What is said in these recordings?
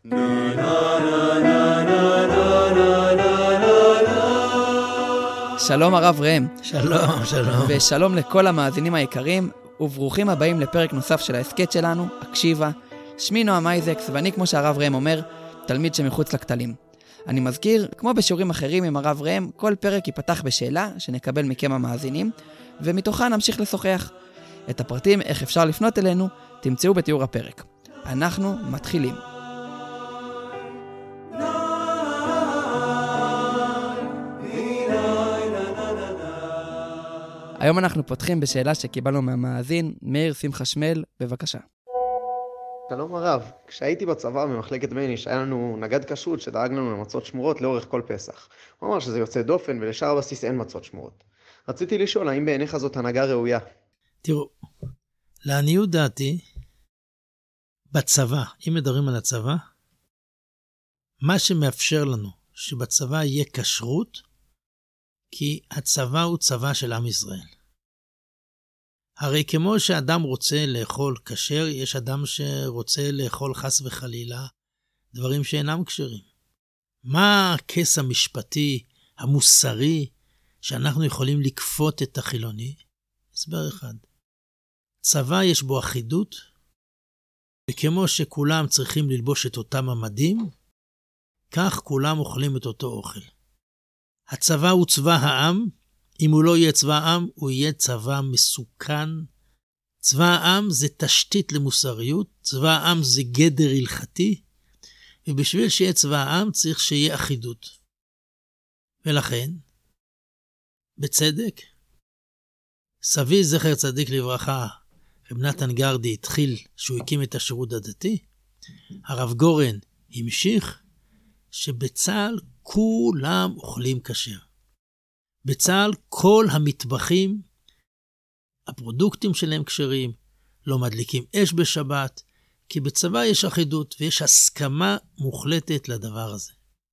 שלום הרב ראם. שלום, שלום. ושלום לכל המאזינים היקרים, וברוכים הבאים לפרק נוסף של ההסכת שלנו, הקשיבה. שמי נועם אייזקס, ואני, כמו שהרב ראם אומר, תלמיד שמחוץ לכתלים. אני מזכיר, כמו בשיעורים אחרים עם הרב ראם, כל פרק ייפתח בשאלה שנקבל מכם המאזינים, ומתוכה נמשיך לשוחח. את הפרטים איך אפשר לפנות אלינו תמצאו בתיאור הפרק. אנחנו מתחילים. היום אנחנו פותחים בשאלה שקיבלנו מהמאזין, מאיר שמחה שמל, בבקשה. שלום הרב, כשהייתי בצבא במחלקת בייניש, היה לנו נגד כשרות שדאג לנו למצות שמורות לאורך כל פסח. הוא אמר שזה יוצא דופן ולשאר הבסיס אין מצות שמורות. רציתי לשאול, האם בעיניך זאת הנהגה ראויה? תראו, לעניות דעתי, בצבא, אם מדברים על הצבא, מה שמאפשר לנו שבצבא יהיה כשרות, כי הצבא הוא צבא של עם ישראל. הרי כמו שאדם רוצה לאכול כשר, יש אדם שרוצה לאכול חס וחלילה דברים שאינם כשרים. מה הכס המשפטי, המוסרי, שאנחנו יכולים לכפות את החילוני? הסבר אחד. צבא יש בו אחידות, וכמו שכולם צריכים ללבוש את אותם המדים, כך כולם אוכלים את אותו אוכל. הצבא הוא צבא העם, אם הוא לא יהיה צבא העם, הוא יהיה צבא מסוכן. צבא העם זה תשתית למוסריות, צבא העם זה גדר הלכתי, ובשביל שיהיה צבא העם צריך שיהיה אחידות. ולכן, בצדק, סבי זכר צדיק לברכה, רב נתן גרדי התחיל שהוא הקים את השירות הדתי, הרב גורן המשיך שבצה"ל כולם אוכלים כשר. בצה"ל כל המטבחים, הפרודוקטים שלהם כשרים, לא מדליקים אש בשבת, כי בצבא יש אחידות ויש הסכמה מוחלטת לדבר הזה.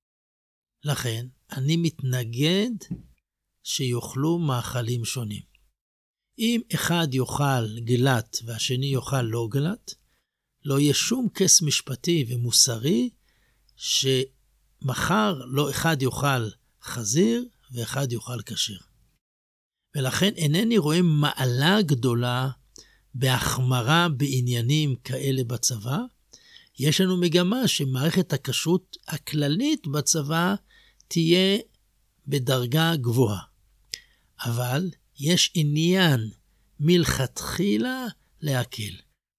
לכן אני מתנגד שיאכלו מאכלים שונים. אם אחד יאכל גלת והשני יאכל לא גלת, לא יהיה שום כס משפטי ומוסרי שמחר לא אחד יאכל חזיר ואחד יאכל כשר. ולכן אינני רואה מעלה גדולה בהחמרה בעניינים כאלה בצבא. יש לנו מגמה שמערכת הכשרות הכללית בצבא תהיה בדרגה גבוהה. אבל יש עניין מלכתחילה להקל.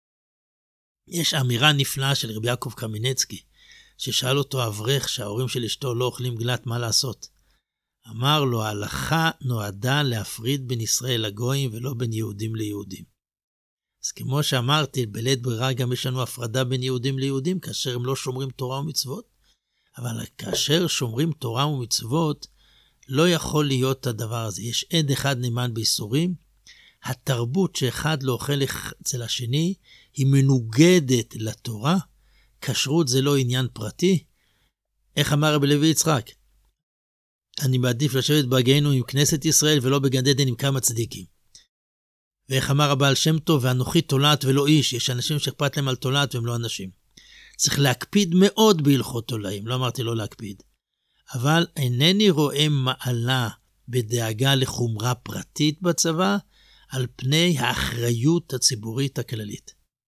יש אמירה נפלאה של רבי יעקב קמינצקי, ששאל אותו אברך שההורים של אשתו לא אוכלים גלת, מה לעשות? אמר לו, ההלכה נועדה להפריד בין ישראל לגויים ולא בין יהודים ליהודים. אז כמו שאמרתי, בלית ברירה גם יש לנו הפרדה בין יהודים ליהודים, כאשר הם לא שומרים תורה ומצוות. אבל כאשר שומרים תורה ומצוות, לא יכול להיות הדבר הזה. יש עד אחד נאמן באיסורים, התרבות שאחד לא אוכל אצל השני, היא מנוגדת לתורה, כשרות זה לא עניין פרטי. איך אמר רבי לוי יצחק? אני מעדיף לשבת בגהנום עם כנסת ישראל ולא בגן עדן עם כמה צדיקים. ואיך אמר הבעל שם טוב, ואנוכי תולעת ולא איש, יש אנשים שאכפת להם על תולעת והם לא אנשים. צריך להקפיד מאוד בהלכות תולעים, לא אמרתי לא להקפיד. אבל אינני רואה מעלה בדאגה לחומרה פרטית בצבא, על פני האחריות הציבורית הכללית.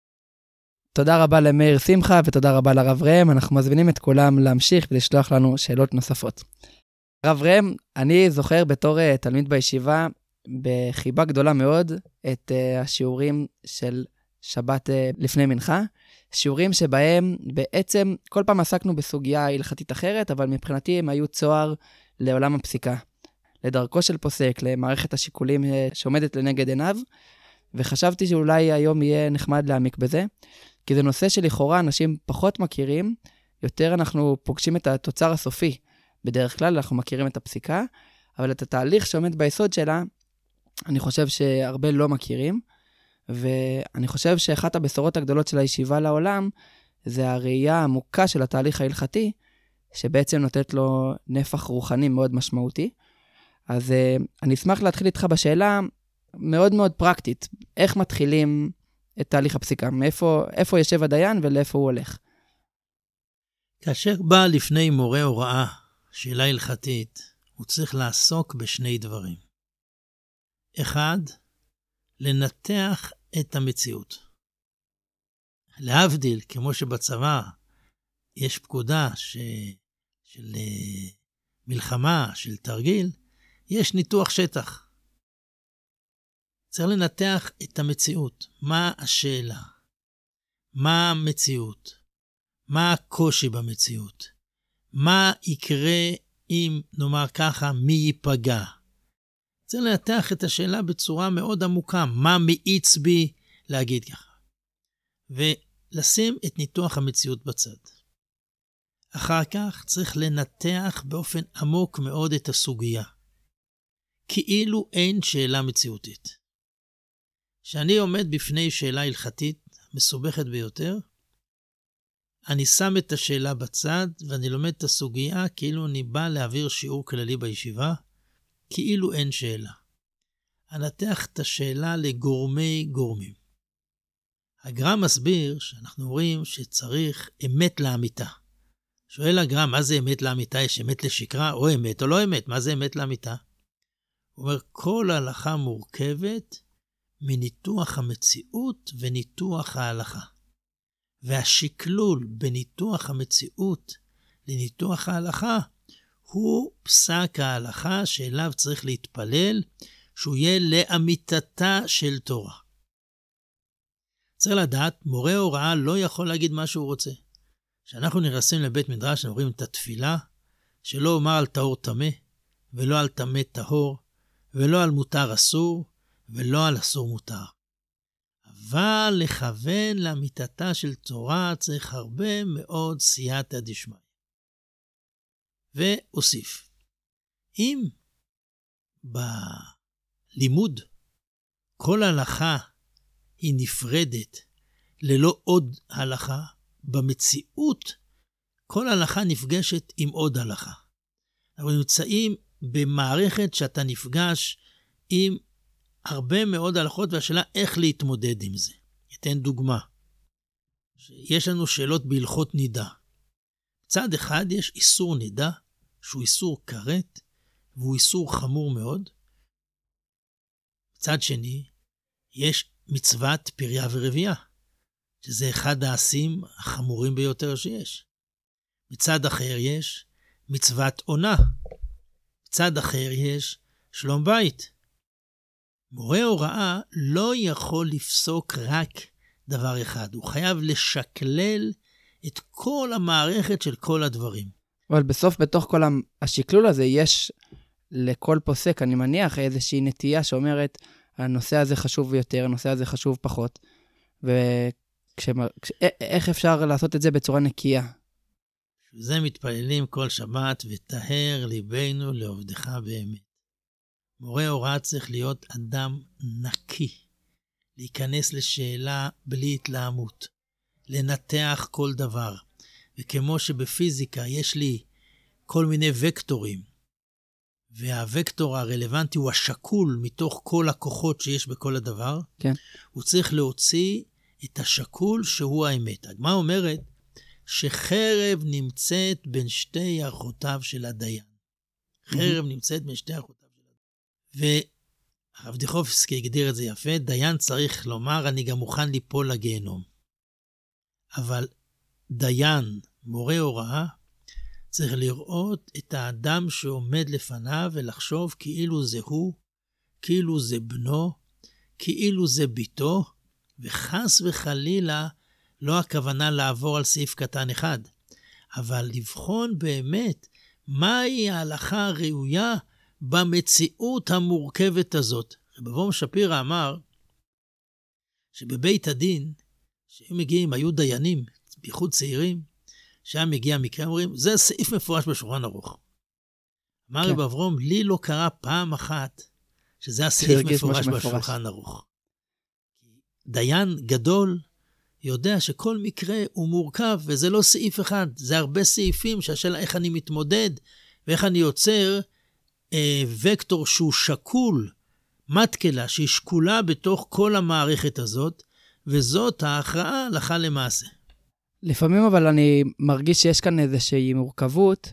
תודה רבה למאיר שמחה ותודה רבה לרב ראם. אנחנו מזמינים את כולם להמשיך ולשלוח לנו שאלות נוספות. רב ראם, אני זוכר בתור תלמיד בישיבה בחיבה גדולה מאוד את השיעורים של שבת לפני מנחה, שיעורים שבהם בעצם כל פעם עסקנו בסוגיה הלכתית אחרת, אבל מבחינתי הם היו צוהר לעולם הפסיקה, לדרכו של פוסק, למערכת השיקולים שעומדת לנגד עיניו, וחשבתי שאולי היום יהיה נחמד להעמיק בזה, כי זה נושא שלכאורה אנשים פחות מכירים, יותר אנחנו פוגשים את התוצר הסופי. בדרך כלל אנחנו מכירים את הפסיקה, אבל את התהליך שעומד ביסוד שלה, אני חושב שהרבה לא מכירים, ואני חושב שאחת הבשורות הגדולות של הישיבה לעולם, זה הראייה העמוקה של התהליך ההלכתי, שבעצם נותנת לו נפח רוחני מאוד משמעותי. אז אני אשמח להתחיל איתך בשאלה מאוד מאוד פרקטית, איך מתחילים את תהליך הפסיקה, איפה יושב הדיין ולאיפה הוא הולך. כאשר בא לפני מורה הוראה שאלה הלכתית, הוא צריך לעסוק בשני דברים. אחד, לנתח את המציאות. להבדיל, כמו שבצבא יש פקודה של מלחמה, של תרגיל, יש ניתוח שטח. צריך לנתח את המציאות. מה השאלה? מה המציאות? מה הקושי במציאות? מה יקרה אם נאמר ככה, מי ייפגע? צריך לנתח את השאלה בצורה מאוד עמוקה. מה מאיץ בי להגיד ככה? ולשים את ניתוח המציאות בצד. אחר כך צריך לנתח באופן עמוק מאוד את הסוגיה. כאילו אין שאלה מציאותית. כשאני עומד בפני שאלה הלכתית מסובכת ביותר, אני שם את השאלה בצד ואני לומד את הסוגיה כאילו אני בא להעביר שיעור כללי בישיבה, כאילו אין שאלה. אנתח את השאלה לגורמי גורמים. הגר"א מסביר שאנחנו אומרים שצריך אמת לאמיתה. שואל הגר"א, מה זה אמת לאמיתה? יש אמת לשקרה או אמת או לא אמת? מה זה אמת לאמיתה? הוא אומר, כל ההלכה מורכבת מניתוח המציאות וניתוח ההלכה. והשקלול בניתוח המציאות לניתוח ההלכה הוא פסק ההלכה שאליו צריך להתפלל, שהוא יהיה לאמיתתה של תורה. צריך לדעת, מורה הוראה לא יכול להגיד מה שהוא רוצה. כשאנחנו נכנסים לבית מדרש, אנחנו רואים את התפילה, שלא אומר על טהור טמא, ולא על טמא טהור, ולא על מותר אסור, ולא על אסור מותר. אבל לכוון לאמיתתה של תורה צריך הרבה מאוד סייעתא דשמיא. ואוסיף, אם בלימוד כל הלכה היא נפרדת ללא עוד הלכה, במציאות כל הלכה נפגשת עם עוד הלכה. אנחנו נמצאים במערכת שאתה נפגש עם הרבה מאוד הלכות, והשאלה איך להתמודד עם זה. אתן דוגמה. יש לנו שאלות בהלכות נידה. צד אחד יש איסור נידה, שהוא איסור כרת, והוא איסור חמור מאוד. צד שני, יש מצוות פריה ורבייה, שזה אחד העשים החמורים ביותר שיש. מצד אחר יש מצוות עונה. מצד אחר יש שלום בית. מורה הוראה לא יכול לפסוק רק דבר אחד. הוא חייב לשקלל את כל המערכת של כל הדברים. אבל בסוף, בתוך כל השקלול הזה, יש לכל פוסק, אני מניח, איזושהי נטייה שאומרת, הנושא הזה חשוב יותר, הנושא הזה חשוב פחות. איך אפשר לעשות את זה בצורה נקייה? זה מתפללים כל שבת, ותהר ליבנו לעובדך באמת. מורה הוראה צריך להיות אדם נקי, להיכנס לשאלה בלי התלהמות, לנתח כל דבר. וכמו שבפיזיקה יש לי כל מיני וקטורים, והווקטור הרלוונטי הוא השקול מתוך כל הכוחות שיש בכל הדבר, כן. הוא צריך להוציא את השקול שהוא האמת. הגמרא אומרת שחרב נמצאת בין שתי ארוחותיו של הדיין. חרב נמצאת בין שתי ארוחותיו של הדיין. והרב דיכובסקי הגדיר את זה יפה, דיין צריך לומר, אני גם מוכן ליפול לגיהנום. אבל דיין, מורה הוראה, צריך לראות את האדם שעומד לפניו ולחשוב כאילו זה הוא, כאילו זה בנו, כאילו זה ביתו, וחס וחלילה לא הכוונה לעבור על סעיף קטן אחד, אבל לבחון באמת מהי ההלכה הראויה במציאות המורכבת הזאת. רב אברהם שפירא אמר שבבית הדין, שהם מגיעים, היו דיינים, בייחוד צעירים, שם מגיע מקרה, אומרים, זה סעיף מפורש בשולחן ערוך. אמר רב אברהם, לי לא קרה פעם אחת שזה הסעיף מפורש בשולחן ערוך. דיין גדול יודע שכל מקרה הוא מורכב, וזה לא סעיף אחד, זה הרבה סעיפים שהשאלה איך אני מתמודד, ואיך אני יוצר וקטור שהוא שקול, מתקלה שהיא שקולה בתוך כל המערכת הזאת, וזאת ההכרעה הלכה למעשה. לפעמים אבל אני מרגיש שיש כאן איזושהי מורכבות.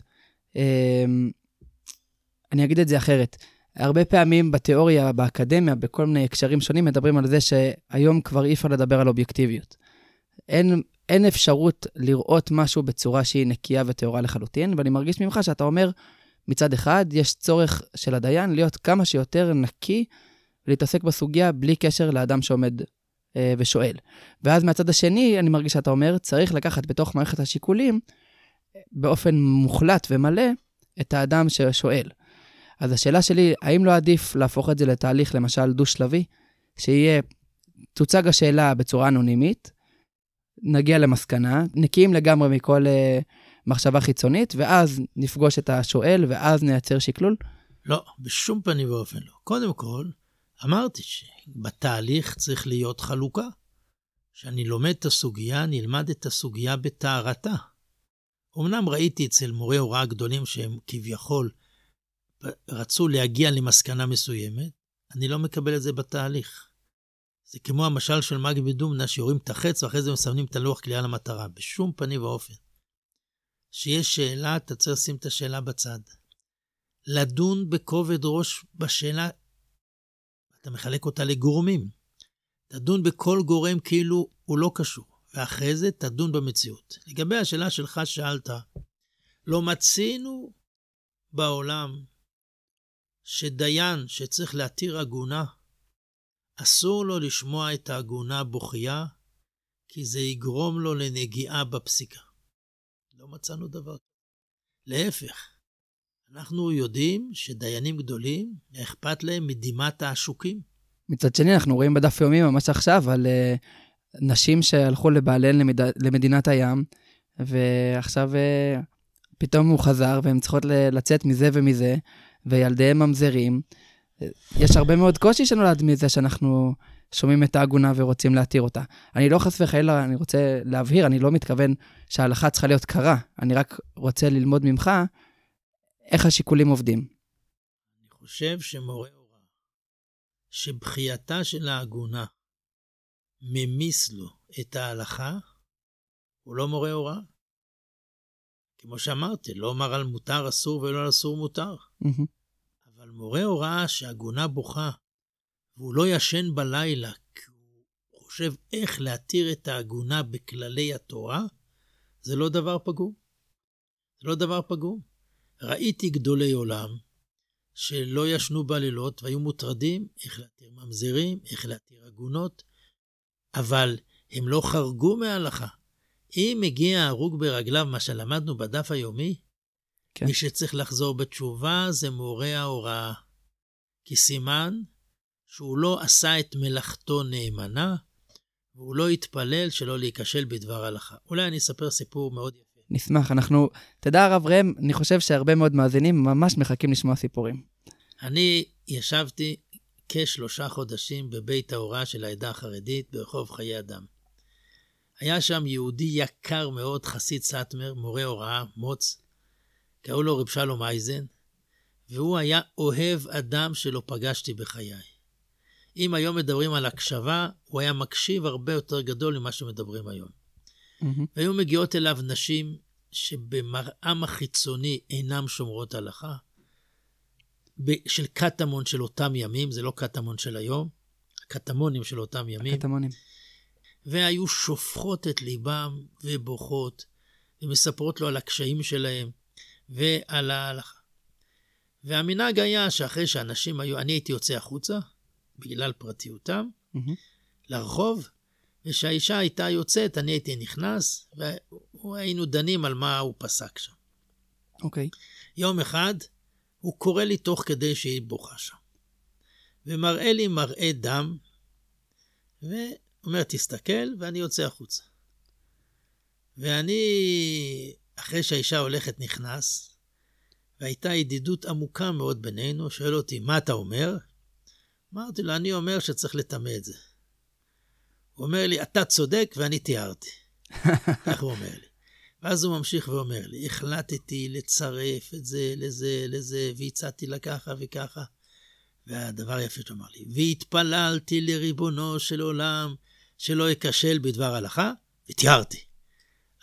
אני אגיד את זה אחרת. הרבה פעמים בתיאוריה, באקדמיה, בכל מיני הקשרים שונים, מדברים על זה שהיום כבר אי אפשר לדבר על אובייקטיביות. אין אפשרות לראות משהו בצורה שהיא נקייה וטהורה לחלוטין, ואני מרגיש ממך שאתה אומר, מצד אחד, יש צורך של הדיין להיות כמה שיותר נקי, ולהתעסק בסוגיה בלי קשר לאדם שעומד ושואל. ואז מהצד השני, אני מרגיש שאתה אומר, צריך לקחת בתוך מערכת השיקולים, באופן מוחלט ומלא, את האדם ששואל. אז השאלה שלי, האם לא עדיף להפוך את זה לתהליך, למשל דו-שלבי, שיהיה, תוצג השאלה בצורה אנונימית, נגיע למסקנה, נקיים לגמרי מכל מחשבה חיצונית, ואז נפגוש את השואל, ואז נייצר שקלול? לא, בשום פנים ואופן לא. קודם כל, אמרתי שבתהליך צריך להיות חלוקה. שאני לומד את הסוגיה, נלמד את הסוגיה בתארתה. אמנם ראיתי אצל מורי הוראה גדולים שהם כביכול רצו להגיע למסקנה מסוימת, אני לא מקבל את זה בתהליך. זה כמו המשל של מגי בדומנה, שיורים את החץ ואחרי זה מסמנים את הלוח קליעה למטרה. בשום פנים ואופן. שיש שאלה, אתה צריך לשים את השאלה בצד. לדון בכובד ראש בשאלה, אתה מחלק אותה לגורמים. תדון בכל גורם כאילו הוא לא קשור, ואחרי זה תדון במציאות. לגבי השאלה שלך שאלת, לא מצינו בעולם שדיין שצריך להתיר עגונה, אסור לו לשמוע את העגונה בוכייה, כי זה יגרום לו לנגיעה בפסיקה. לא מצאנו דבר. להפך, אנחנו יודעים שדיינים גדולים, אכפת להם מדימת העשוקים. מצד שני, אנחנו רואים בדף יומי ממש עכשיו על נשים שהלכו לבעליהן למדינת הים, ועכשיו פתאום הוא חזר, והן צריכות לצאת מזה ומזה, וילדיהם ממזרים. יש הרבה מאוד קושי שנולד מזה שאנחנו שומעים את העגונה ורוצים להתיר אותה. אני לא חס וחלילה, אני רוצה להבהיר, אני לא מתכוון שההלכה צריכה להיות קרה, אני רק רוצה ללמוד ממך איך השיקולים עובדים. אני חושב שמורה הוראה, שבחייתה של העגונה ממיס לו את ההלכה, הוא לא מורה הוראה. כמו שאמרתי, לא אומר על מותר אסור ולא על אסור מותר. אבל מורה הוראה שהעגונה בוכה, והוא לא ישן בלילה, כי הוא חושב איך להתיר את העגונה בכללי התורה, זה לא דבר פגום. זה לא דבר פגום. ראיתי גדולי עולם, שלא ישנו בלילות, והיו מוטרדים איך להתיר ממזרים, איך להתיר עגונות, אבל הם לא חרגו מההלכה. אם מגיע הרוג ברגליו, מה שלמדנו בדף היומי, כן. מי שצריך לחזור בתשובה זה מורה ההוראה. כי סימן שהוא לא עשה את מלאכתו נאמנה, והוא לא התפלל שלא להיכשל בדבר הלכה. אולי אני אספר סיפור מאוד יפה. נשמח, תדע הרב ראם, אני חושב שהרבה מאוד מאזינים ממש מחכים לשמוע סיפורים. אני ישבתי כ3 חודשים בבית ההוראה של העדה החרדית ברחוב חיי אדם. היה שם יהודי יקר מאוד, חסיד סאטמר, מורה הוראה, מוץ, קראו לו רב שלום אייזן, והוא היה אוהב אדם שלא פגשתי בחיי. אם היום מדברים על הקשבה, הוא היה מקשיב הרבה יותר גדול ממה שמדברים היום. והיו מגיעות אליו נשים שבמראם החיצוני אינם שומרות הלכה, של קטמון של אותם ימים, זה לא קטמון של היום, הקטמונים של אותם ימים. הקטמונים. והיו שופכות את ליבם ובוכות, ומספרות לו על הקשיים שלהם, ועל ההלכה. והמנהג היה שאחרי שאנשים היו, אני הייתי יוצא החוצה, בגלל פרטיותם, לרחוב, ושהאישה הייתה יוצאת, אני הייתי נכנס, והיינו דנים על מה הוא פסק שם. אוקיי. יום אחד, הוא קורא לי תוך כדי שהיא בוכה שם. ומראה לי מראה דם, ואומר, תסתכל, ואני יוצא החוצה. ואני, אחרי שהאישה הולכת נכנס, והייתה ידידות עמוקה מאוד בינינו, שואל אותי, מה אתה אומר? אמרתי לו, אני אומר שצריך לטמא את זה. הוא אומר לי, אתה צודק ואני תיארתי. כך הוא אומר לי. ואז הוא ממשיך ואומר לי, החלטתי לצרף את זה לזה, והצעתי לה ככה וככה. והדבר יפה שאמר לי, והתפללתי לריבונו של עולם, שלא יקשל בדבר הלכה, ותיארתי.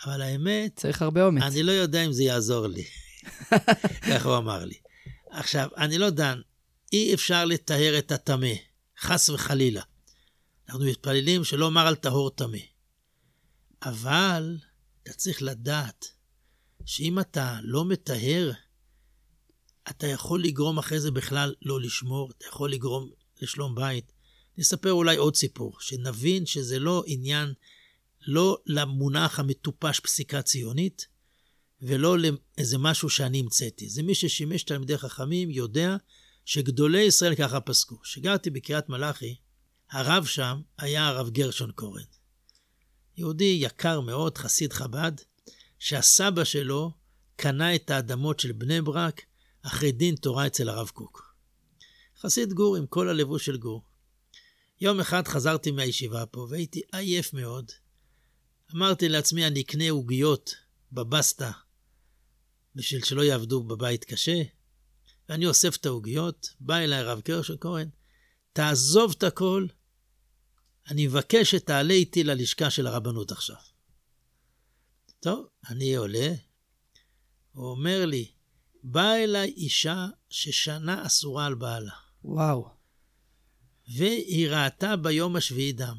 אבל האמת, צריך הרבה אומץ. אני לא יודע אם זה יעזור לי. כך הוא אמר לי. עכשיו, אני לא דן, אי אפשר לטהר את הטמא, חס וחלילה. אנחנו מתפללים שלא אומר על טהור טמא. אבל אתה צריך לדעת שאם אתה לא מטהר, אתה יכול לגרום אחרי זה בכלל לא לשמור, אתה יכול לגרום לשלום בית. נספר אולי עוד סיפור, שנבין שזה לא עניין, לא למונח המטופש פסיקה ציונית, ולא לאיזה משהו שאני המצאתי. זה מי ששימש תלמידי חכמים יודע שגדולי ישראל ככה פסקו. שגרתי בקריית מלאכי, הרב שם היה הרב גרשון קורן. יהודי יקר מאוד, חסיד חב"ד, שהסבא שלו קנה את האדמות של בני ברק אחרי דין תורה אצל הרב קוק. חסיד גור עם כל הלבוש של גור. יום אחד חזרתי מהישיבה פה והייתי עייף מאוד. אמרתי לעצמי אני אקנה עוגיות בבסטה בשביל שלא יעבדו בבית קשה. ואני אוסף את העוגיות, בא אליי הרב גרשון קורן, תעזוב את הכל, אני מבקש שתעלה איתי ללשכה של הרבנות עכשיו. טוב, אני עולה, הוא אומר לי, באה אליי אישה ששנה אסורה על בעלה. וואו. והיא ראתה ביום השביעי דם.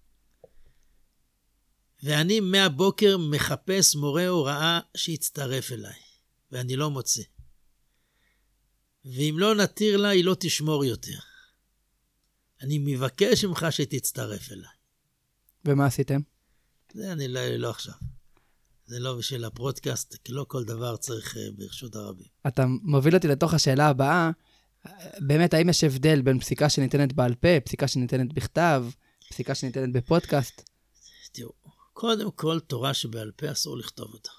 ואני מהבוקר מחפש מורה הוראה שיצטרף אליי, ואני לא מוצא. ואם לא נתיר לה, היא לא תשמור יותר. אני מבקש ממך שתצטרף אליי. ומה עשיתם? זה אני לא עכשיו. זה לא בשביל הפרודקאסט, כי לא כל דבר צריך ברשות הרבים. אתה מוביל אותי לתוך השאלה הבאה, באמת האם יש הבדל בין פסיקה שניתנת בעל פה, פסיקה שניתנת בכתב, פסיקה שניתנת בפודקאסט? תראו, קודם כל תורה שבעל פה אסור לכתוב אותה.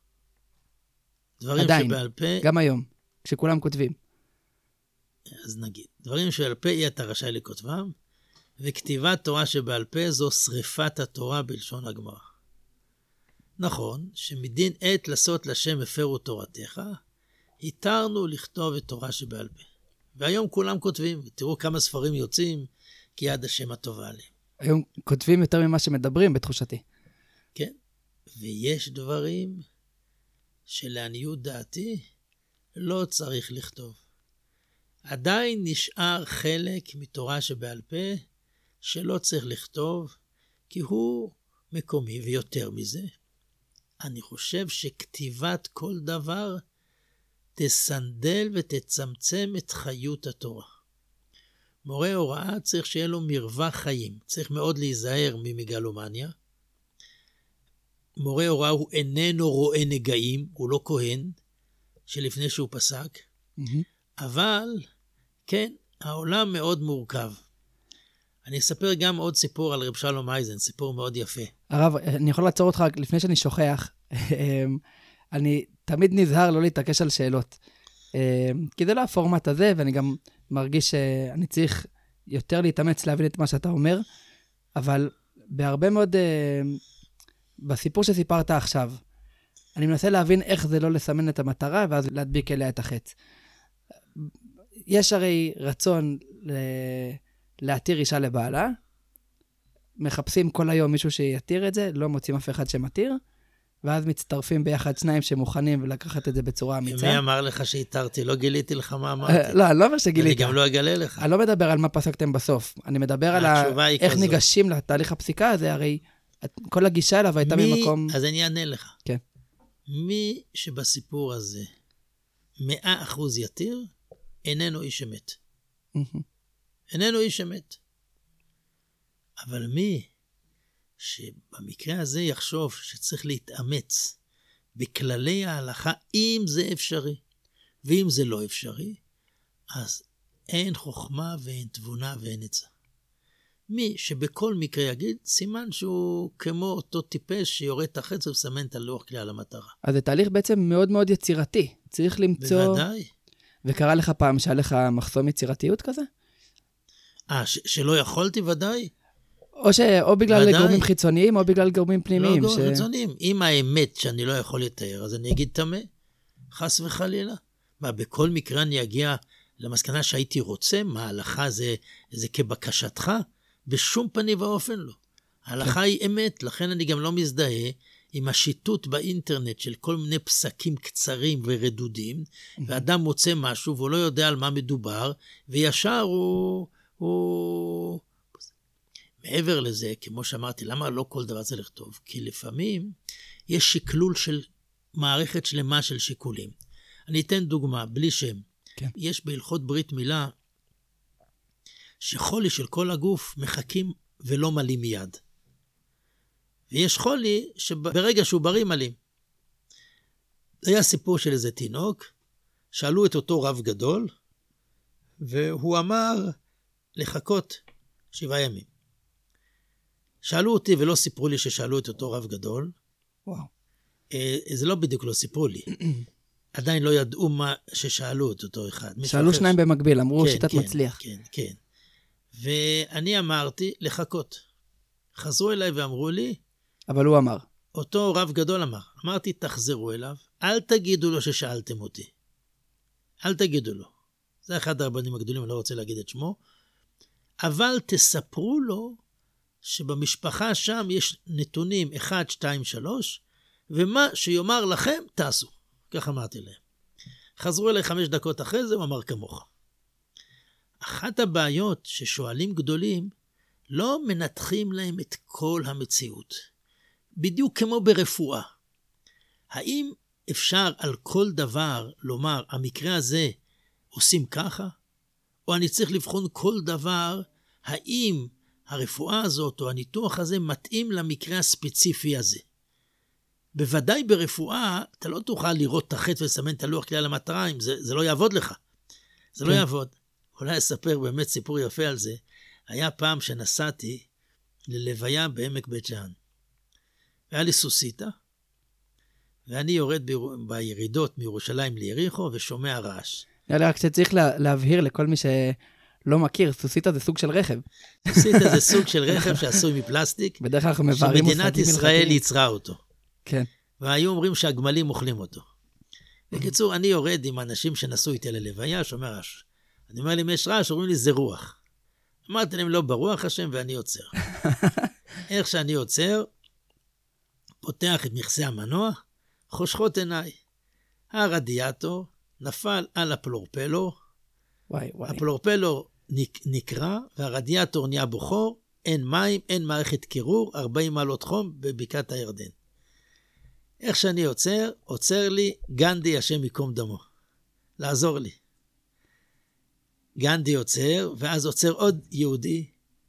דברים עדיין, שבעל פה... גם היום, כשכולם כותבים. אז נגיד, דברים שבעל פה יהיה אתה רשאי לכותבם, וכתיבת תורה שבעל פה זו שריפת התורה בלשון הגמרא. נכון שמדין עת לעשות לשם הפרו תורתך, התרנו לכתוב את תורה שבעל פה. והיום כולם כותבים, ותראו כמה ספרים יוצאים, כי יד השם הטובה עליהם. היום כותבים יותר ממה שמדברים, בתחושתי. כן, ויש דברים שלעניות דעתי לא צריך לכתוב. עדיין נשאר חלק מתורה שבעל פה שלא צריך לכתוב, כי הוא מקומי, ויותר מזה. אני חושב שכתיבת כל דבר תסנדל ותצמצם את חיות התורה. מורה הוראה צריך שיהיה לו מרווח חיים, צריך מאוד להיזהר ממגלומניה. מורה הוראה הוא איננו רואה נגעים, הוא לא כהן, שלפני שהוא פסק, אבל כן, העולם מאוד מורכב. אני אספר גם עוד סיפור על רב שלום אייזן, סיפור מאוד יפה. הרב, אני יכול לעצור אותך לפני שאני שוכח. אני תמיד נזהר לא להתעקש על שאלות. כי זה לא הפורמט הזה, ואני גם מרגיש שאני צריך יותר להתאמץ להבין את מה שאתה אומר, אבל בהרבה מאוד, בסיפור שסיפרת עכשיו, אני מנסה להבין איך זה לא לסמן את המטרה, ואז להדביק אליה את החץ. יש הרי רצון להתיר אישה לבעלה, מחפשים כל היום מישהו שיתיר את זה, לא מוצאים אף אחד שמתיר, ואז מצטרפים ביחד שניים שמוכנים ולקחת את זה בצורה אמיצה. מי אמר לך שהתרתי? לא גיליתי לך מה אמרתי. לא, אני לא אומר שגילית. אני גם לא אגלה לך. אני לא מדבר על מה פסקתם בסוף. אני מדבר על איך ניגשים לתהליך הפסיקה הזה, הרי כל הגישה אליו הייתה ממקום... אז אני אענה לך. כן. מי שבסיפור הזה 100% יתיר, איננו איש אמת. איננו איש אמת. אבל מי שבמקרה הזה יחשוב שצריך להתאמץ בכללי ההלכה, אם זה אפשרי, ואם זה לא אפשרי, אז אין חוכמה ואין תבונה ואין עצה. מי שבכל מקרה יגיד, סימן שהוא כמו אותו טיפש שיורד את החץ ומסמן את הלוח כלי על המטרה. אז זה תהליך בעצם מאוד מאוד יצירתי. צריך למצוא... בוודאי. וקרה לך פעם שהיה לך מחסום יצירתיות כזה? שלא יכולתי ודאי. או בגלל ודאי. גורמים חיצוניים, או בגלל גורמים פנימיים. לא גורמים חיצוניים. אם האמת שאני לא יכול לתאר, אז אני אגיד תמה, חס וחלילה. מה, בכל מקרה אני אגיע למסקנה שהייתי רוצה, מה ההלכה זה כבקשתך? בשום פנים ואופן לא. ההלכה היא אמת, לכן אני גם לא מזדהה עם השיטוט באינטרנט של כל מיני פסקים קצרים ורדודים, ואדם מוצא משהו והוא לא יודע על מה מדובר, וישר הוא... מעבר לזה, כמו שאמרתי, למה לא כל דבר זה לכתוב? כי לפעמים יש שקלול של מערכת שלמה של שיקולים. אני אתן דוגמה, בלי שם. כן. יש בהלכות ברית מילה, שחולי של כל הגוף מחכים ולא מלים מיד. ויש חולי שברגע שהוא בריא מלים. זה היה סיפור של איזה תינוק, שאלו את אותו רב גדול, והוא אמר לחכות 7 ימים. שאלו אותי ולא סיפרו לי ששאלו את אותו רב גדול. וואו. זה לא בדיוק לא סיפרו לי. עדיין לא ידעו מה ששאלו את אותו אחד. שאלו שניים במקביל, אמרו כן, שיטת כן, מצליח. כן, כן. ואני אמרתי לחכות. חזרו אליי ואמרו לי, אבל הוא אמר. אותו רב גדול אמר. אמרתי, תחזרו אליו, אל תגידו לו ששאלתם אותי. אל תגידו לו. זה אחד הרבנים הגדולים, אני לא רוצה להגיד את שמו. אבל תספרו לו שבמשפחה שם יש נתונים 1, 2, 3, ומה שיאמר לכם, תעשו. כך אמרתי להם. חזרו אליי 5 דקות אחרי זה, הוא אמר כמוך. אחת הבעיות ששואלים גדולים, לא מנתחים להם את כל המציאות. בדיוק כמו ברפואה. האם אפשר על כל דבר לומר, המקרה הזה עושים ככה? או אני צריך לבחון כל דבר, האם הרפואה הזאת או הניתוח הזה מתאים למקרה הספציפי הזה? בוודאי ברפואה, אתה לא תוכל לראות את החץ ולסמן את הלוח כלל המטרה, אם זה לא יעבוד לך. זה לא יעבוד. אולי אספר באמת סיפור יפה על זה. היה פעם שנסעתי ללוויה בעמק בית ג'אן. והיה לי סוסיתא, ואני יורד בירידות מירושלים ליריחו ושומע רעש. רק שצריך להבהיר לכל מי שלא מכיר, סוסיתא זה סוג של רכב. סוסיתא זה סוג של רכב שעשוי מפלסטיק, בדרך כלל אנחנו מבארים שמדינת ישראל יצרה אותו. כן. והיו אומרים שהגמלים אוכלים אותו. בקיצור, אני יורד עם אנשים שנסעו איתי ללוויה, שומע רעש. אני אומר להם, יש רעש, אומרים לי, זה רוח. אמרתי להם, לא, ברוח השם, ואני עוצר. איך שאני עוצר, פותח את מכסה המנוע, חושכות עיניי. הרדיאטור נפל על הפלורפלו, הפלורפלו נקרא, והרדיאטור נהיה בוחור, אין מים, אין מערכת קירור, 40 מעלות חום בבקעת הירדן. איך שאני עוצר לי גנדי השם יקום דמו. לעזור לי. גנדי עוצר, ואז עוצר עוד יהודי,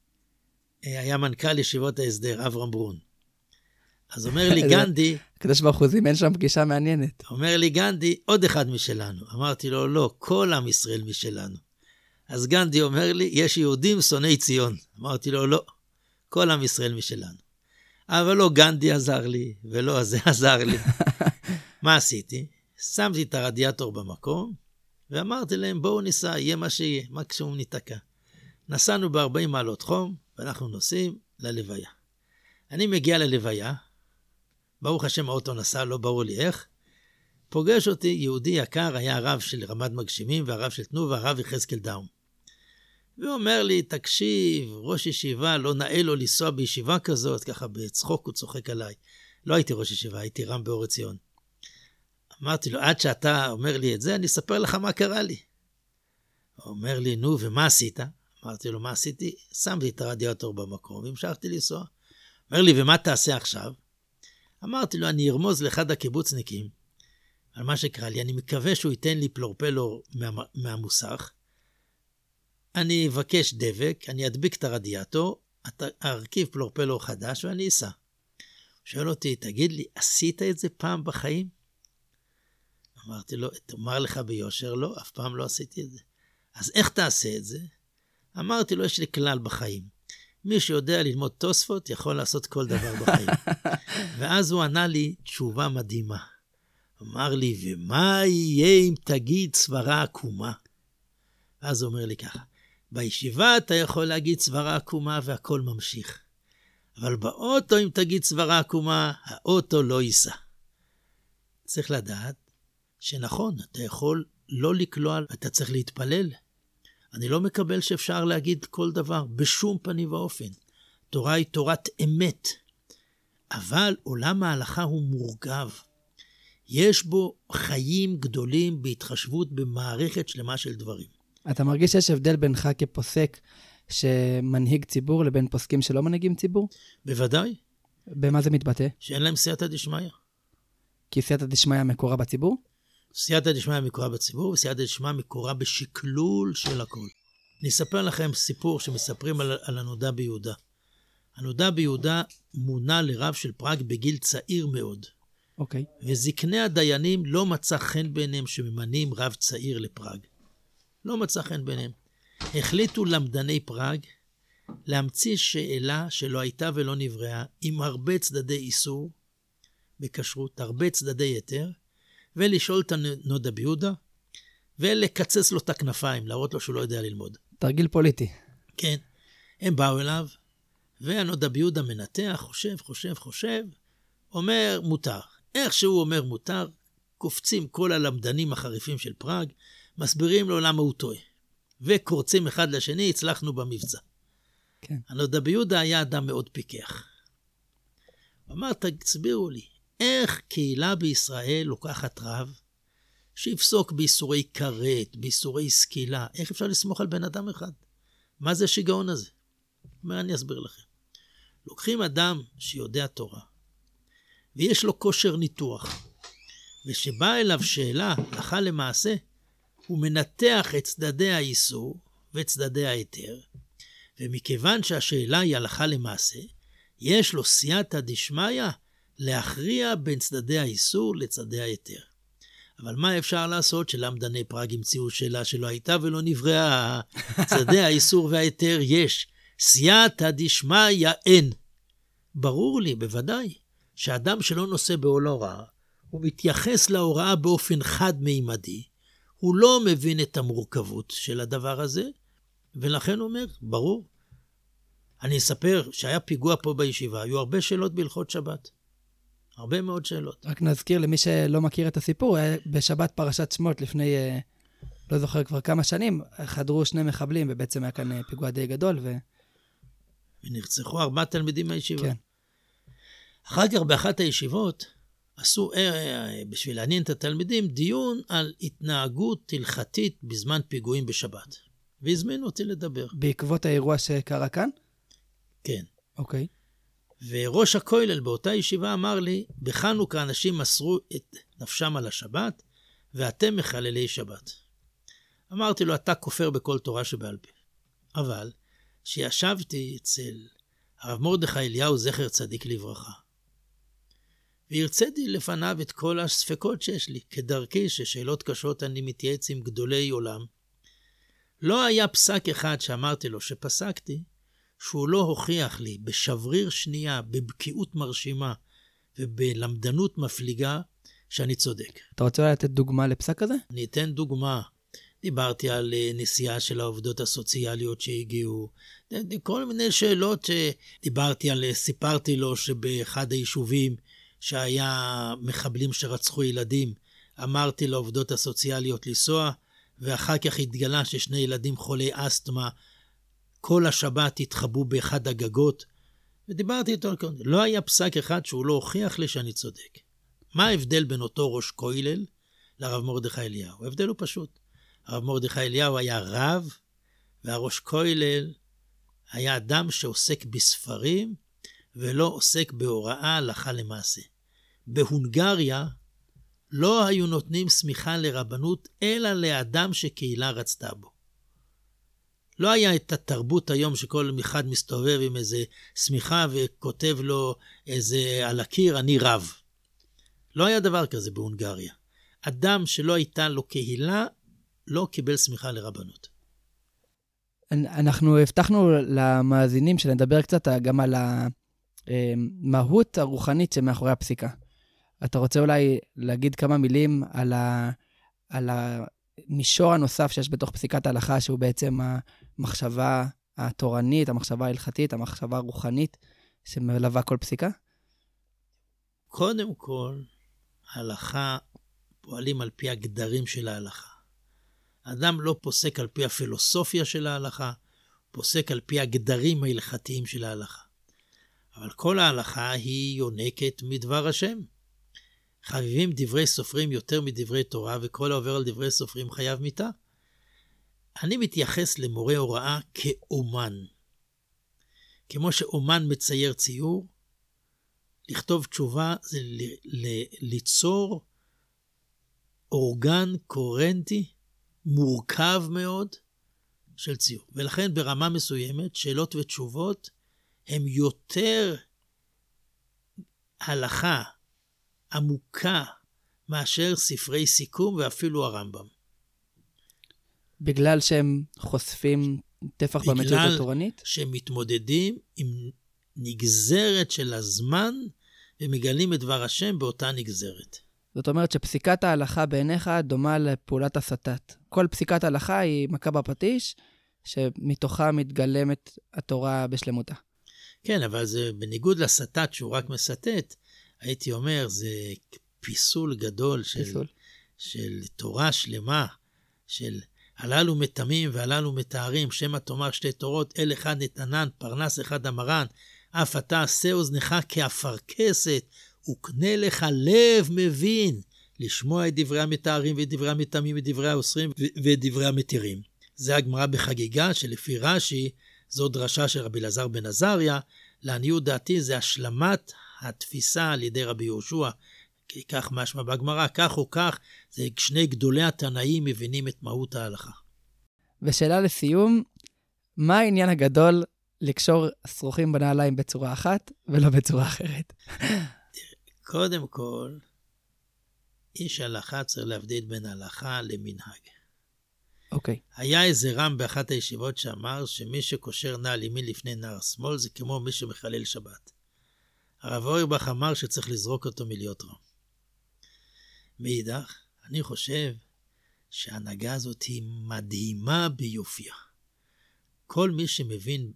היה מנכ"ל ישיבות ההסדר, אברהם ברון. אז אומר לי גנדי, קדוש ברוך הוא זימן שם פגישה מעניינת. אומר לי גנדי, עוד אחד משלנו. אמרתי לו, לא, כל עם ישראל משלנו. אז גנדי אומר לי, יש יהודים שונאי ציון. אמרתי לו, לא, כל עם ישראל משלנו. אבל לא גנדי עזר לי, ולא זה עזר לי. מה עשיתי? שמתי את הרדיאטור במקום, ואמרתי להם, בואו ניסע, יהיה מה שיהיה, מקסימום ניתקע. נסענו ב-40 מעלות חום, ואנחנו נוסעים ללוויה. אני מגיע ללוויה, ברוך השם האוטו נסע, לא ברור לי איך, פוגש אותי יהודי יקר, היה הרב של רמת מגשימים, והרב של תנובה, הרב יחזקאל דאום. והוא אומר לי, תקשיב, ראש ישיבה, לא נאה לו לנסוע בישיבה כזאת, ככה בצחוק הוא צוחק עליי. לא הייתי ראש ישיבה, הייתי רם באור ציון. אמרתי לו, עד שאתה אומר לי את זה, אני אספר לך מה קרה לי. הוא אומר לי, נו, ומה עשית? אמרתי לו, מה עשיתי? שמתי את הרדיאטור במקום, והמשכתי לנסוע. אומר לי, ומה תעשה עכשיו? אמרתי לו, אני ארמוז לאחד הקיבוצניקים, על מה שקרה לי, אני מקווה שהוא ייתן לי פלורפלו מהמוסך, אני אבקש דבק, אני אדביק את הרדיאטור, ארכיב פלורפלו חדש ואני אסע. שואל אותי, תגיד לי, עשית את זה פעם בחיים? אמרתי לו, תאמר לך ביושר, לא, אף פעם לא עשיתי את זה. אז איך תעשה את זה? אמרתי לו, יש לי כלל בחיים. מי שיודע ללמוד תוספות יכול לעשות כל דבר בחיים. ואז הוא ענה לי תשובה מדהימה. אמר לי, ומה יהיה אם תגיד סברה עקומה? אז הוא אומר לי ככה, בישיבה אתה יכול להגיד סברה עקומה והכל ממשיך. אבל באוטו אם תגיד סברה עקומה, האוטו לא ייסע. צריך לדעת שנכון, אתה יכול לא לקלוע, אתה צריך להתפלל. אני לא מקבל שאפשר להגיד כל דבר, בשום פנים ואופן. תורה היא תורת אמת. אבל עולם ההלכה הוא מורכב. יש בו חיים גדולים בהתחשבות במערכת שלמה של דברים. אתה מרגיש שיש הבדל בינך כפוסק שמנהיג ציבור לבין פוסקים שלא מנהיגים ציבור? בוודאי. במה זה מתבטא? שאין להם סייעתא דשמיא. כי סייעתא דשמיא מקורה בציבור? סייעתא דשמיא מקורה בציבור, וסייעתא דשמיא מקורה בשקלול של הכל. אני אספר לכם סיפור שמספרים על הנודע ביהודה. הנודע ביהודה מונה לרב של פראג בגיל צעיר מאוד. אוקיי. וזקני הדיינים לא מצא חן בעיניהם שממנים רב צעיר לפראג. לא מצא חן בעיניהם. החליטו למדני פראג להמציא שאלה שלא הייתה ולא נבראה, עם הרבה צדדי איסור בכשרות, הרבה צדדי יתר, ולשאול את הנודע ביהודה, ולקצץ לו את הכנפיים, להראות לו שהוא לא יודע ללמוד. תרגיל פוליטי. כן. הם באו אליו, והנודע ביהודה מנתח, חושב, אומר מותר. איך שהוא אומר מותר, קופצים כל הלמדנים החריפים של פראג, מסבירים לו למה הוא טועה. וקורצים אחד לשני, הצלחנו במבצע. כן. הנודע ביהודה היה אדם מאוד פיקח. הוא אמר, תסבירו לי, איך קהילה בישראל לוקחת רב, שיפסוק באיסורי כרת, באיסורי סקילה, איך אפשר לסמוך על בן אדם אחד? מה זה השיגעון הזה? הוא אומר, אני אסביר לכם. לוקחים אדם שיודע תורה, ויש לו כושר ניתוח, ושבא אליו שאלה, הלכה למעשה, הוא מנתח את צדדי האיסור ואת צדדי היתר, ומכיוון שהשאלה היא הלכה למעשה, יש לו סייעתא דשמיא להכריע בין צדדי האיסור לצדדי היתר. אבל מה אפשר לעשות שלמדני פראג המציאו שאלה שלא הייתה ולא נבראה? צדדי האיסור והיתר יש, סייעתא דשמיא אין. ברור לי, בוודאי, שאדם שלא נושא בעול ההוראה, הוא מתייחס להוראה באופן חד-מימדי, הוא לא מבין את המורכבות של הדבר הזה, ולכן הוא אומר, ברור. אני אספר שהיה פיגוע פה בישיבה, היו הרבה שאלות בהלכות שבת. הרבה מאוד שאלות. רק נזכיר למי שלא מכיר את הסיפור, בשבת פרשת שמות לפני, לא זוכר כבר כמה שנים, חדרו 2 מחבלים, ובעצם היה כאן פיגוע די גדול. ונרצחו 4 תלמידים מהישיבה. כן. אחר כך באחת הישיבות, עשו, בשביל לעניין את התלמידים, דיון על התנהגות הלכתית בזמן פיגועים בשבת. והזמינו אותי לדבר. בעקבות האירוע שקרה כאן? כן. אוקיי. וראש הכולל באותה ישיבה אמר לי, בחנוכה אנשים מסרו את נפשם על השבת, ואתם מחללי שבת. אמרתי לו, אתה כופר בכל תורה שבעל פה. אבל, שישבתי אצל הרב מרדכי אליהו זכר צדיק לברכה, והרציתי לפניו את כל הספקות שיש לי, כדרכי ששאלות קשות אני מתייעץ עם גדולי עולם. לא היה פסק אחד שאמרתי לו שפסקתי, שהוא לא הוכיח לי בשבריר שנייה, בבקיאות מרשימה ובלמדנות מפליגה, שאני צודק. אתה רוצה לתת דוגמה לפסק הזה? אני אתן דוגמה. דיברתי על נסיעה של העובדות הסוציאליות שהגיעו, כל מיני שאלות שדיברתי על, סיפרתי לו שבאחד היישובים שהיה מחבלים שרצחו ילדים, אמרתי לעובדות הסוציאליות לנסוע, ואחר כך התגלה ש2 ילדים חולי אסתמה, כל השבת התחבאו באחד הגגות, ודיברתי איתו על כל זה. לא היה פסק אחד שהוא לא הוכיח לי שאני צודק. מה ההבדל בין אותו ראש כולל לרב מרדכי אליהו? ההבדל הוא פשוט. הרב מרדכי אליהו היה רב, והראש כולל היה אדם שעוסק בספרים, ולא עוסק בהוראה הלכה למעשה. בהונגריה לא היו נותנים סמיכה לרבנות, אלא לאדם שקהילה רצתה בו. לא היה את התרבות היום שכל אחד מסתובב עם איזה סמיכה וכותב לו איזה על הקיר, אני רב. לא היה דבר כזה בהונגריה. אדם שלא הייתה לו קהילה, לא קיבל סמיכה לרבנות. אנחנו הבטחנו למאזינים שנדבר קצת גם על המהות הרוחנית שמאחורי הפסיקה. אתה רוצה אולי להגיד כמה מילים על המישור הנוסף שיש בתוך פסיקת ההלכה, שהוא בעצם המחשבה התורנית, המחשבה ההלכתית, המחשבה הרוחנית, שמלווה כל פסיקה? קודם כל, ההלכה פועלים על פי הגדרים של ההלכה. האדם לא פוסק על פי הפילוסופיה של ההלכה, פוסק על פי הגדרים ההלכתיים של ההלכה. אבל כל ההלכה היא יונקת מדבר השם. חביבים דברי סופרים יותר מדברי תורה, וכל העובר על דברי סופרים חייב מיתה. אני מתייחס למורה הוראה כאומן. כמו שאומן מצייר ציור, לכתוב תשובה זה ליצור אורגן קוהרנטי, מורכב מאוד של ציור. ולכן ברמה מסוימת, שאלות ותשובות הם יותר הלכה עמוקה מאשר ספרי סיכום ואפילו הרמב"ם. בגלל שהם חושפים טפח במציאות התורנית? בגלל שהם מתמודדים עם נגזרת של הזמן, ומגלים את דבר השם באותה נגזרת. זאת אומרת שפסיקת ההלכה בעיניך דומה לפעולת הסתת. כל פסיקת ההלכה היא מכה בפטיש, שמתוכה מתגלמת התורה בשלמותה. כן, אבל זה בניגוד לסתת שהוא רק מסתת, הייתי אומר, זה פיסול גדול של תורה שלמה, של הללו מתמים והללו מתארים, שמא תאמר שתי תורות, אל אחד נתנן, פרנס אחד אמרן, אף אתה עשה אוזנך כאפרכסת, וקנה לך לב מבין, לשמוע את דברי המתארים ואת דברי המתמים ודברי האוסרים ואת דברי המתירים. זה הגמרא בחגיגה, שלפי רש"י, זו דרשה של רבי אלעזר בן עזריה, לעניות דעתי זה השלמת התפיסה על ידי רבי יהושע, כי כך משמע בגמרא, כך או כך, זה שני גדולי התנאים מבינים את מהות ההלכה. ושאלה לסיום, מה העניין הגדול לקשור שרוכים בנעליים בצורה אחת ולא בצורה אחרת? קודם כל, איש הלכה צריך להבדיל בין הלכה למנהג. אוקיי. היה איזה רם באחת הישיבות שאמר שמי שקושר נעל ימין לפני נעל שמאל זה כמו מי שמחלל שבת. הרב אוירבך אמר שצריך לזרוק אותו מלהיות רם. מאידך, אני חושב שההנהגה הזאת היא מדהימה ביופיה. כל מי שמבין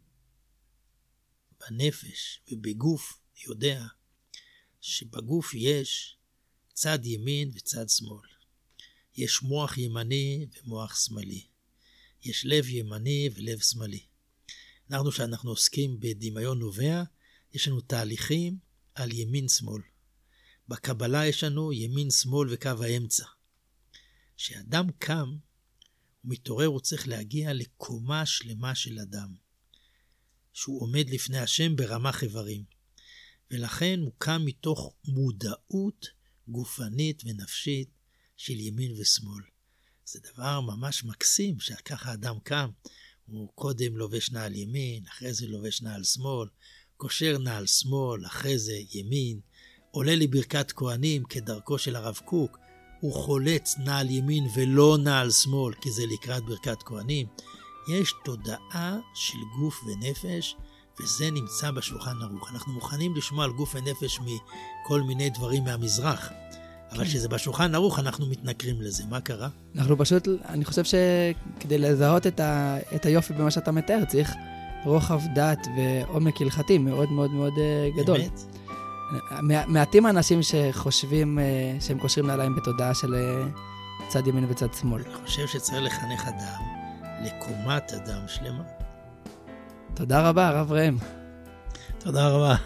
בנפש ובגוף יודע שבגוף יש צד ימין וצד שמאל. יש מוח ימני ומוח שמאלי. יש לב ימני ולב שמאלי. שאנחנו עוסקים בדמיון נובע, יש לנו תהליכים על ימין שמאל. בקבלה יש לנו ימין שמאל וקו האמצע. כשאדם קם, הוא מתעורר, הוא צריך להגיע לקומה שלמה של אדם. שהוא עומד לפני השם ברמ"ח איברים. ולכן הוא קם מתוך מודעות גופנית ונפשית של ימין ושמאל. זה דבר ממש מקסים שככה האדם קם. הוא קודם לובש נעל ימין, אחרי זה לובש נעל שמאל, קושר נעל שמאל, אחרי זה ימין, עולה לברכת כהנים כדרכו של הרב קוק, הוא חולץ נעל ימין ולא נעל שמאל, כי זה לקראת ברכת כהנים. יש תודעה של גוף ונפש, וזה נמצא בשולחן ערוך. אנחנו מוכנים לשמוע על גוף ונפש מכל מיני דברים מהמזרח, אבל כשזה בשולחן ערוך אנחנו מתנכרים לזה. מה קרה? אנחנו פשוט, אני חושב שכדי לזהות את היופי במה שאתה מתאר, צריך רוחב דעת ועומק הלכתי מאוד מאוד מאוד גדול. באמת? מעטים האנשים שחושבים שהם קושרים נעליים בתודעה של צד ימין וצד שמאל. אני חושב שצריך לחנך אדם לקומת אדם שלמה. תודה רבה, הרב ראם. תודה רבה.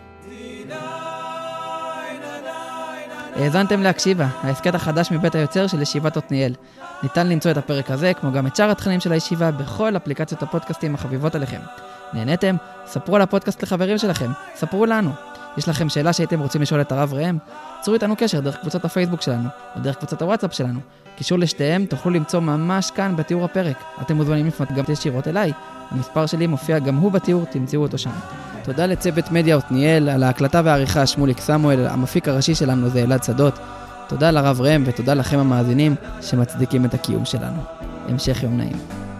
האזנתם להקשיבה, ההסכת החדש מבית היוצר של ישיבת עתניאל. ניתן למצוא את הפרק הזה, כמו גם את שאר התכנים של הישיבה, בכל אפליקציות הפודקאסטים החביבות עליכם. נהניתם? ספרו על הפודקאסט לחברים שלכם, ספרו לנו. יש לכם שאלה שהייתם רוצים לשאול את הרב ראם? צרו איתנו קשר דרך קבוצת הפייסבוק שלנו, או דרך קבוצת הוואטסאפ שלנו. קישור לשתיהם תוכלו למצוא ממש כאן בתיאור הפרק. אתם מוזמנים לפנות גם ישירות אליי. המספר שלי מופיע גם הוא בתיאור, תמצאו אותו שם. תודה לצוות מדיה עתניאל, על ההקלטה והעריכה שמוליק סמואל, המפיק הראשי שלנו זה אלעד שדות. תודה לרב ראם ותודה לכם המאזינים שמצדיקים את הקיום שלנו. המשך יום נעים.